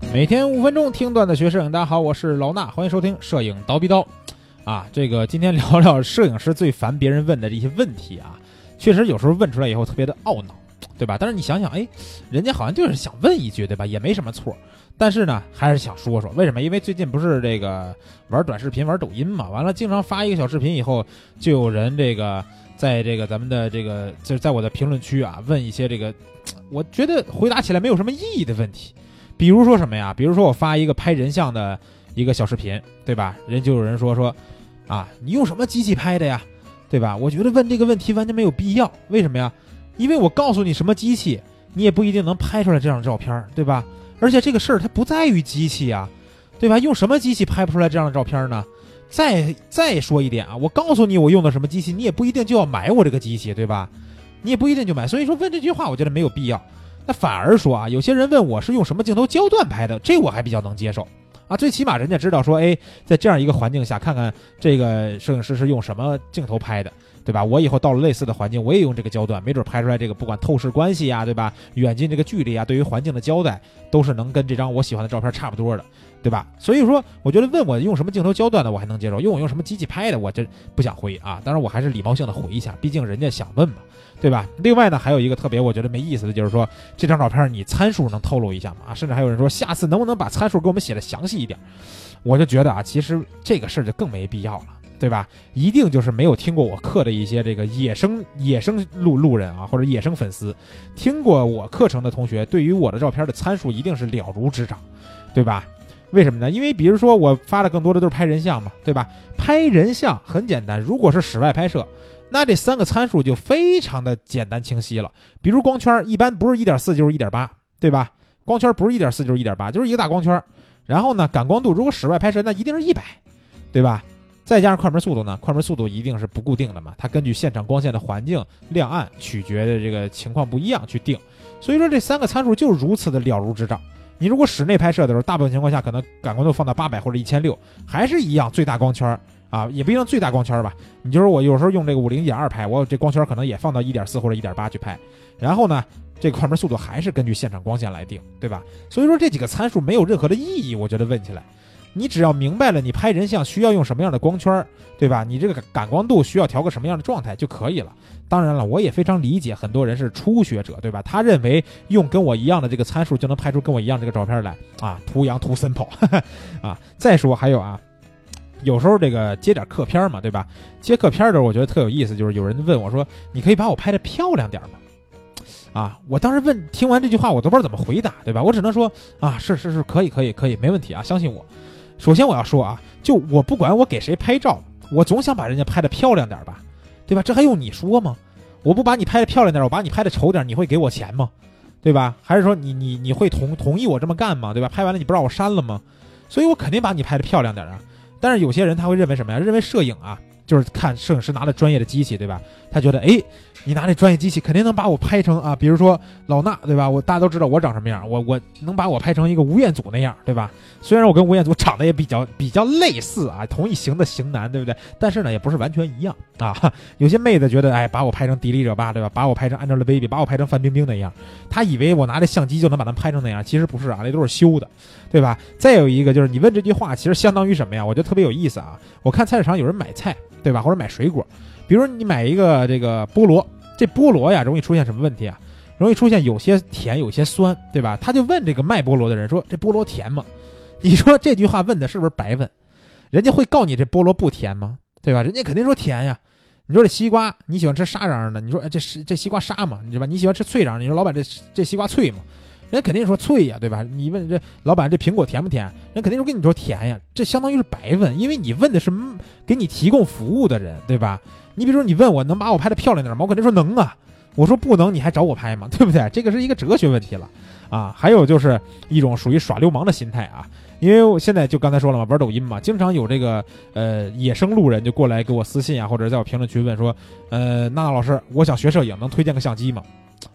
每天5分钟听段子学摄影，大家好，我是老衲，欢迎收听摄影叨逼叨。这个今天聊聊摄影师最烦别人问的这些问题啊，确实有时候问出来以后特别的懊恼，对吧？但是你想想，人家好像就是想问一句，对吧？也没什么错。但是呢，还是想说说为什么？因为最近不是这个玩短视频、玩抖音嘛，完了经常发一个小视频以后，就有人这个在这个咱们的这个就是在我的评论区啊问一些这个我觉得回答起来没有什么意义的问题。比如说什么呀？比如说我发一个拍人像的一个小视频，对吧？就有人说你用什么机器拍的呀？对吧？我觉得问这个问题完全没有必要。为什么呀？因为我告诉你什么机器，你也不一定能拍出来这样的照片，对吧？而且这个事儿它不在于机器啊，对吧？用什么机器拍不出来这样的照片呢？再说一点啊，我告诉你我用的什么机器，你也不一定就要买我这个机器，对吧？你也不一定就买。所以说问这句话，我觉得没有必要。那反而说啊，有些人问我是用什么镜头焦段拍的，这我还比较能接受啊。最起码人家知道说，在这样一个环境下，看看这个摄影师是用什么镜头拍的，对吧？我以后到了类似的环境，我也用这个焦段，没准拍出来这个不管透视关系呀，对吧？远近这个距离啊，对于环境的交代，都是能跟这张我喜欢的照片差不多的，对吧？所以说，我觉得问我用什么镜头焦段的，我还能接受；我用什么机器拍的，我真不想回啊。当然，我还是礼貌性的回一下，毕竟人家想问嘛。对吧？另外呢，还有一个特别我觉得没意思的就是说，这张照片你参数能透露一下吗？甚至还有人说下次能不能把参数给我们写的详细一点？我就觉得啊，其实这个事儿就更没必要了，对吧？一定就是没有听过我课的一些这个野生路人啊，或者野生粉丝，听过我课程的同学，对于我的照片的参数一定是了如指掌，对吧？为什么呢？因为比如说我发的更多的都是拍人像嘛，对吧？拍人像很简单，如果是室外拍摄，那这3个参数就非常的简单清晰了。比如光圈，一般不是 1.4 就是 1.8， 对吧？光圈不是 1.4 就是 1.8， 就是一个大光圈。然后呢，感光度如果室外拍摄那一定是100，对吧？再加上快门速度呢，快门速度一定是不固定的嘛，它根据现场光线的环境亮暗取决的这个情况不一样去定。所以说这3个参数就是如此的了如指掌。你如果室内拍摄的时候，大部分情况下可能感光度放到800或者1600，还是一样最大光圈啊，也不一定最大光圈吧。你就是我有时候用这个50.2拍，我这光圈可能也放到 1.4 或者 1.8 去拍，然后呢，这个快门速度还是根据现场光线来定，对吧？所以说这几个参数没有任何的意义，我觉得问起来，你只要明白了你拍人像需要用什么样的光圈，对吧？你这个感光度需要调个什么样的状态就可以了。当然了，我也非常理解很多人是初学者，对吧？他认为用跟我一样的这个参数就能拍出跟我一样这个照片来啊，图洋图森跑啊。再说还有啊，有时候这个接点客片嘛，对吧？接客片的时候我觉得特有意思，就是有人问我说，你可以把我拍得漂亮点吗？啊，我当时听完这句话我都不知道怎么回答，对吧？我只能说啊，是可以，没问题啊，相信我。首先我要说啊，就我不管我给谁拍照，我总想把人家拍得漂亮点吧，对吧？这还用你说吗？我不把你拍得漂亮点，我把你拍得丑点，你会给我钱吗？对吧？还是说你会同意我这么干吗？对吧？拍完了你不让我删了吗？所以我肯定把你拍得漂亮点啊。但是有些人他会认为什么呀？认为摄影啊，就是看摄影师拿了专业的机器，对吧？他觉得你拿那专业机器肯定能把我拍成啊，比如说老衲，对吧？大家都知道我长什么样，我能把我拍成一个吴彦祖那样，对吧？虽然我跟吴彦祖长得也比较类似啊，同一型的型男，对不对？但是呢，也不是完全一样啊。有些妹子觉得，把我拍成迪丽热巴，对吧？把我拍成 Angelababy， 把我拍成范冰冰那样，她以为我拿着相机就能把她们拍成那样，其实不是啊，那都是修的，对吧？再有一个就是你问这句话，其实相当于什么呀？我觉得特别有意思啊。我看菜市场有人买菜，对吧？或者买水果，比如你买一个这个菠萝，这菠萝呀容易出现什么问题啊？容易出现有些甜有些酸，对吧？他就问这个卖菠萝的人说，这菠萝甜吗？你说这句话问的是不是白问？人家会告你这菠萝不甜吗？对吧？人家肯定说甜呀。你说这西瓜你喜欢吃沙瓤的，你说这西瓜沙吗？你知道吧？你喜欢吃脆瓤，你说老板这西瓜脆吗？人家肯定说脆呀，对吧？你问这老板这苹果甜不甜？人肯定说跟你说甜呀，这相当于是白问，因为你问的是给你提供服务的人，对吧？你比如说你问我能把我拍得漂亮点吗？我肯定说能啊。我说不能，你还找我拍吗？对不对？这个是一个哲学问题了啊。还有就是一种属于耍流氓的心态啊，因为我现在就刚才说了嘛，玩抖音嘛，经常有这个野生路人就过来给我私信啊，或者在我评论区问说，娜娜老师，我想学摄影，能推荐个相机吗？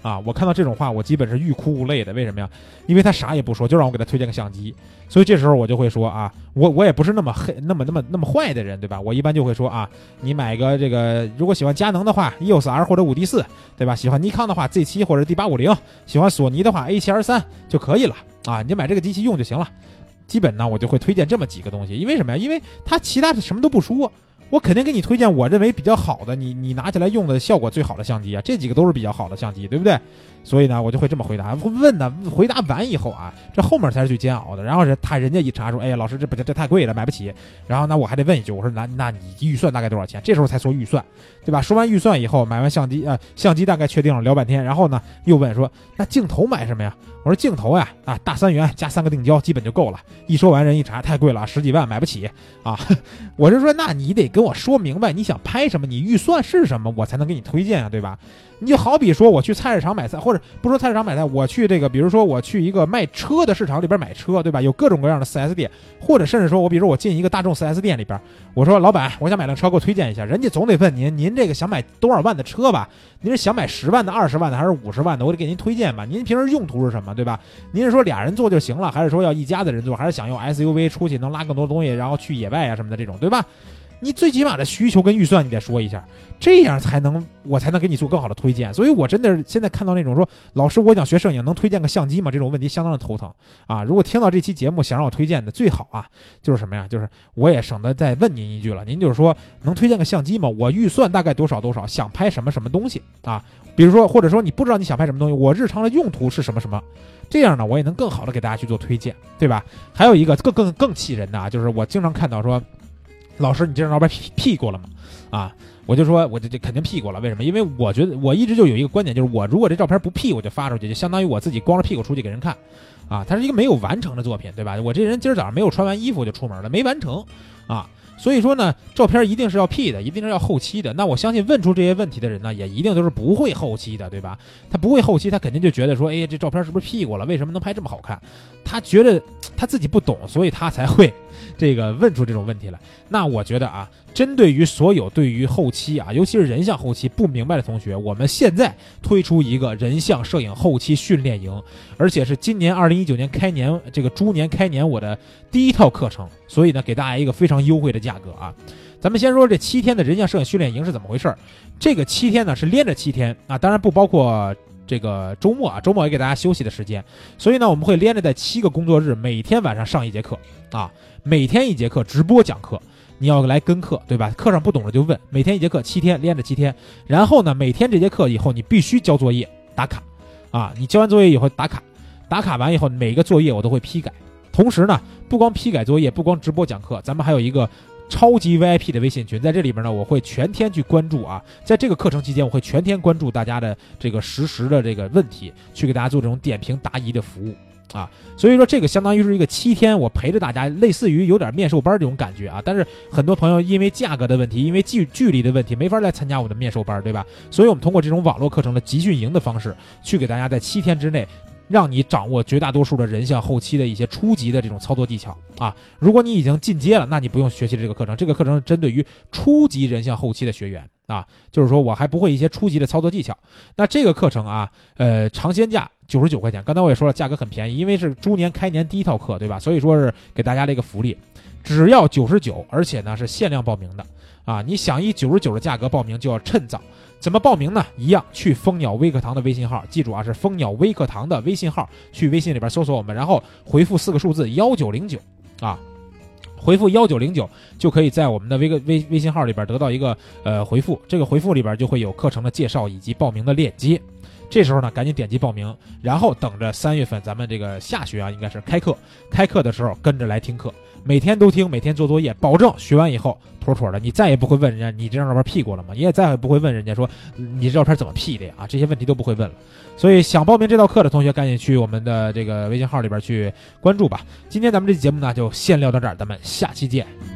啊，我看到这种话，我基本是欲哭无泪的。为什么呀？因为他啥也不说，就让我给他推荐个相机。所以这时候我就会说啊，我也不是那么黑、那么坏的人，对吧？我一般就会说啊，你买个这个，如果喜欢佳能的话 ，EOS R 或者5D4，对吧？喜欢尼康的话 Z7 或者 D850，喜欢索尼的话 A7R3就可以了啊，你就买这个机器用就行了。基本呢，我就会推荐这么几个东西，因为什么呀？因为他其他的什么都不说。我肯定给你推荐我认为比较好的，你拿起来用的效果最好的相机啊，这几个都是比较好的相机，对不对？所以呢，我就会这么回答。问呢，回答完以后啊，这后面才是最煎熬的。然后人家一查说，哎呀，老师这太贵了，买不起。然后呢，我还得问一句，我说那你预算大概多少钱？这时候才说预算，对吧？说完预算以后，买完相机相机大概确定了，聊半天。然后呢，又问说，那镜头买什么呀？我说镜头呀，大3元加3个定焦基本就够了。一说完，人一查太贵了，10几万买不起啊！我就说，那你得跟我说明白，你想拍什么，你预算是什么，我才能给你推荐啊，对吧？你就好比说我去菜市场买菜，或者不说菜市场买菜，我去这个，比如说我去一个卖车的市场里边买车，对吧？有各种各样的 4S 店，或者甚至说我比如说我进一个大众 4S 店里边，我说老板，我想买辆车，给我推荐一下，人家总得问您这个想买多少万的车吧？您是想买10万的、20万的还是50万的？我得给您推荐吧。您平时用途是什么，对吧？您是说俩人坐就行了，还是说要一家子人坐，还是想用 SUV 出去能拉更多东西，然后去野外啊什么的这种，对吧？你最起码的需求跟预算你得说一下，这样我才能给你做更好的推荐。所以我真的是现在看到那种说老师我想学摄影能推荐个相机吗这种问题相当的头疼啊。如果听到这期节目想让我推荐的，最好啊就是什么呀，就是我也省得再问您一句了，您就是说能推荐个相机吗？我预算大概多少多少，想拍什么什么东西啊，比如说或者说你不知道你想拍什么东西，我日常的用途是什么什么，这样呢我也能更好的给大家去做推荐，对吧？还有一个更气人的啊，就是我经常看到说老师，你这张照片 P 过了吗？啊，我就说，我这肯定 P 过了。为什么？因为我觉得我一直就有一个观点，就是我如果这照片不 P，我就发出去，就相当于我自己光着屁股出去给人看，啊，它是一个没有完成的作品，对吧？我这人今儿早上没有穿完衣服就出门了，没完成，啊，所以说呢，照片一定是要 P 的，一定是要后期的。那我相信问出这些问题的人呢，也一定都是不会后期的，对吧？他不会后期，他肯定就觉得说，哎，这照片是不是 P 过了？为什么能拍这么好看？他觉得他自己不懂，所以他才会这个问出这种问题来。那我觉得啊，针对于所有对于后期啊，尤其是人像后期不明白的同学，我们现在推出一个人像摄影后期训练营，而且是今年2019年开年这个猪年开年我的第一套课程，所以呢，给大家一个非常优惠的价格啊。咱们先说这7天的人像摄影训练营是怎么回事。这个7天呢是连着7天啊，当然不包括这个周末啊，周末也给大家休息的时间，所以呢，我们会连着在7个工作日，每天晚上上1节课啊，每天1节课直播讲课，你要来跟课，对吧？课上不懂了就问，每天1节课7天，连着7天，然后呢，每天这节课以后你必须交作业打卡啊，你交完作业以后打卡，打卡完以后每个作业我都会批改，同时呢，不光批改作业，不光直播讲课，咱们还有一个超级 VIP 的微信群，在这里边呢，我会全天去关注啊，在这个课程期间，我会全天关注大家的这个实时的这个问题，去给大家做这种点评答疑的服务啊。所以说这个相当于是一个7天，我陪着大家，类似于有点面授班这种感觉啊。但是很多朋友因为价格的问题，因为距离的问题，没法来参加我的面授班，对吧？所以我们通过这种网络课程的集训营的方式，去给大家在7天之内，让你掌握绝大多数的人像后期的一些初级的这种操作技巧啊。如果你已经进阶了，那你不用学习这个课程，这个课程是针对于初级人像后期的学员啊，就是说我还不会一些初级的操作技巧。那这个课程啊，尝鲜价99块钱，刚才我也说了，价格很便宜，因为是猪年开年第一套课，对吧？所以说是给大家的一个福利，只要99，而且呢是限量报名的啊。你想以99的价格报名，就要趁早。怎么报名呢？一样去蜂鸟微课堂的微信号，记住啊，是蜂鸟微课堂的微信号，去微信里边搜索我们，然后回复4个数字1909啊，回复1909就可以在我们的微信号里边得到一个回复，这个回复里边就会有课程的介绍以及报名的链接。这时候呢，赶紧点击报名，然后等着3月份咱们这个下学啊，应该是开课的时候跟着来听课，每天都听，每天做作业，保证学完以后妥妥的，你再也不会问人家你这张照片 P 过了吗？你也再也不会问人家说你这照片怎么 P 的呀？这些问题都不会问了。所以想报名这道课的同学，赶紧去我们的这个微信号里边去关注吧。今天咱们这期节目呢就先聊到这儿，咱们下期见。